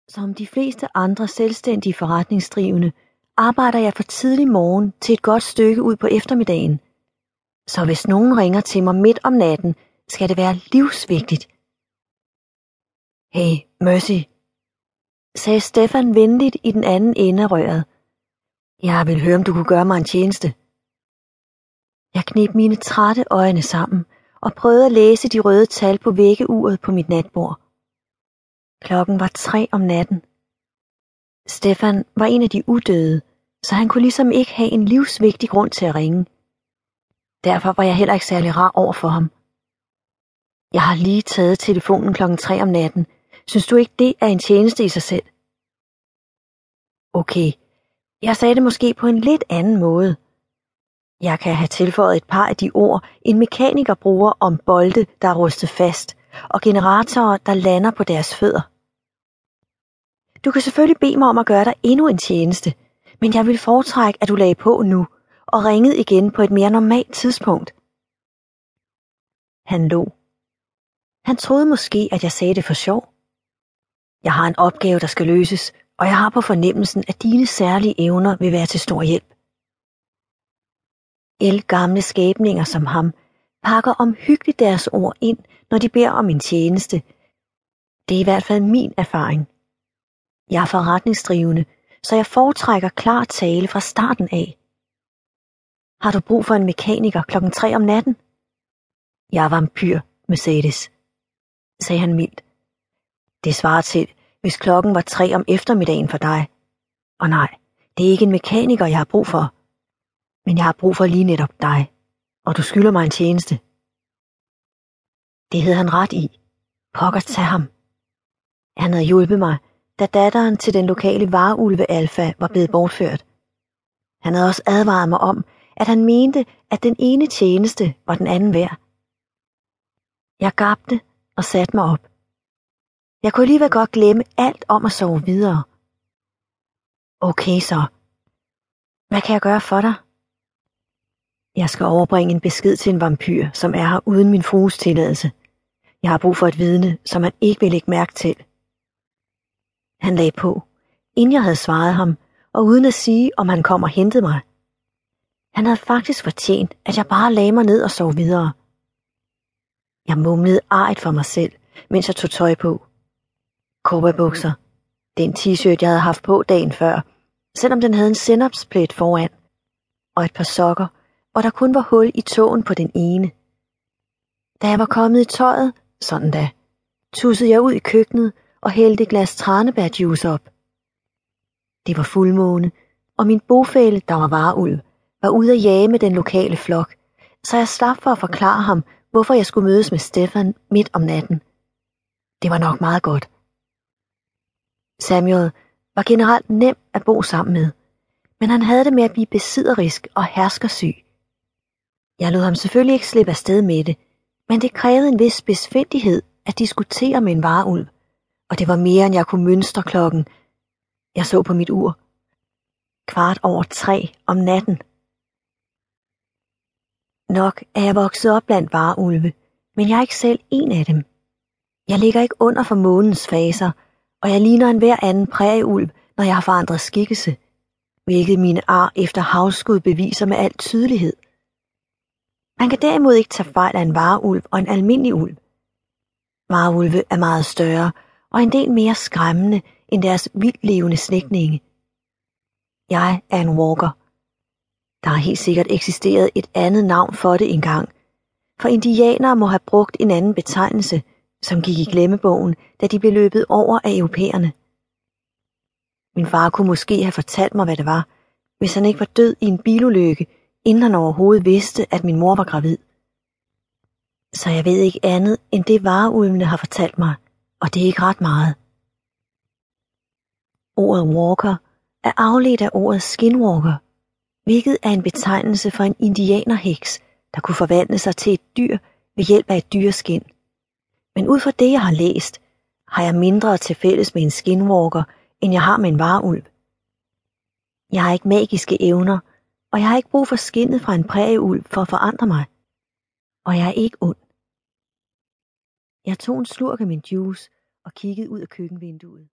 Som de fleste andre selvstændige forretningsdrivende arbejder jeg fra tidlig morgen til et godt stykke ud på eftermiddagen. Så hvis nogen ringer til mig midt om natten, skal det være livsvigtigt. Hey, Mercy, sagde Stefan venligt i den anden ende af røret. Jeg vil høre, om du kunne gøre mig en tjeneste. Jeg kneb mine trætte øjne sammen og prøvede at læse de røde tal på væggeuret på mit natbord. Klokken var 3 om natten. Stefan var en af de udøde, så han kunne ligesom ikke have en livsvigtig grund til at ringe. Derfor var jeg heller ikke særlig rar over for ham. Jeg har lige taget telefonen klokken 3 om natten. Synes du ikke, det er en tjeneste i sig selv? Okay, jeg sagde det måske på en lidt anden måde. Jeg kan have tilføjet et par af de ord, en mekaniker bruger om bolde, der er rustet fast, og generatorer, der lander på deres fødder. Du kan selvfølgelig bede mig om at gøre dig endnu en tjeneste, men jeg vil foretrække, at du lagde på nu og ringede igen på et mere normalt tidspunkt. Han lå. Han troede måske, at jeg sagde det for sjov. Jeg har en opgave, der skal løses, og jeg har på fornemmelsen, at dine særlige evner vil være til stor hjælp. Ældgamle skabninger som ham pakker omhyggeligt deres ord ind, når de beder om en tjeneste. Det er i hvert fald min erfaring. Jeg er forretningsdrivende, så jeg foretrækker klar tale fra starten af. Har du brug for en mekaniker klokken 3 om natten? Jeg er vampyr, Mercedes, sagde han mildt. Det svarer til, hvis klokken var 3 om eftermiddagen for dig. Og nej, det er ikke en mekaniker, jeg har brug for. Men jeg har brug for lige netop dig, og du skylder mig en tjeneste. Det havde han ret i. Pokker tage ham. Han havde hjulpet mig, da datteren til den lokale varulve Alfa var blevet bortført. Han havde også advaret mig om, at han mente, at den ene tjeneste var den anden værd. Jeg gabte og satte mig op. Jeg kunne alligevel godt glemme alt om at sove videre. Okay så. Hvad kan jeg gøre for dig? Jeg skal overbringe en besked til en vampyr, som er her uden min frues tilladelse. Jeg har brug for et vidne, som han ikke vil lægge mærke til. Han lagde på, inden jeg havde svaret ham, og uden at sige, om han kom og hentede mig. Han havde faktisk fortjent, at jeg bare lagde mig ned og sov videre. Jeg mumlede argt for mig selv, mens jeg tog tøj på. Cowboybukser, den t-shirt, jeg havde haft på dagen før, selvom den havde en sennepsplet foran, og et par sokker, hvor der kun var hul i tåen på den ene. Da jeg var kommet i tøjet, sådan da, tussede jeg ud i køkkenet og hældte et glas tranebærjuice op. Det var fuldmåne, og min bofælle, der var varulv, var ude at jage med den lokale flok, så jeg slap for at forklare ham, hvorfor jeg skulle mødes med Stefan midt om natten. Det var nok meget godt. Samuel var generelt nem at bo sammen med, men han havde det med at blive besidderisk og herskersyg. Jeg lod ham selvfølgelig ikke slippe afsted med det, men det krævede en vis spidsfindighed at diskutere med en varulv, og det var mere end jeg kunne mønstre klokken. Jeg så på mit ur. 3:15 om natten. Nok er jeg vokset op blandt varulve, men jeg er ikke selv en af dem. Jeg ligger ikke under for månens faser, og jeg ligner enhver anden prærieulv, når jeg har forandret skikkelse, hvilket mine ar efter havskud beviser med al tydelighed. Man kan derimod ikke tage fejl af en varulv og en almindelig ulv. Varulve er meget større og en del mere skræmmende end deres vildtlevende slægtninge. Jeg er en walker. Der har helt sikkert eksisteret et andet navn for det engang, for indianere må have brugt en anden betegnelse, som gik i glemmebogen, da de blev løbet over af europæerne. Min far kunne måske have fortalt mig, hvad det var, hvis han ikke var død i en bilulykke, inden han overhovedet vidste, at min mor var gravid. Så jeg ved ikke andet, end det varulvene har fortalt mig, og det er ikke ret meget. Ordet walker er afledt af ordet skinwalker, hvilket er en betegnelse for en indianerheks, der kunne forvandle sig til et dyr ved hjælp af et dyreskin. Men ud fra det, jeg har læst, har jeg mindre til fælles med en skinwalker, end jeg har med en varulv. Jeg har ikke magiske evner, og jeg har ikke brug for skindet fra en prærieulv for at forandre mig. Og jeg er ikke ond. Jeg tog en slurk af min juice og kiggede ud af køkkenvinduet.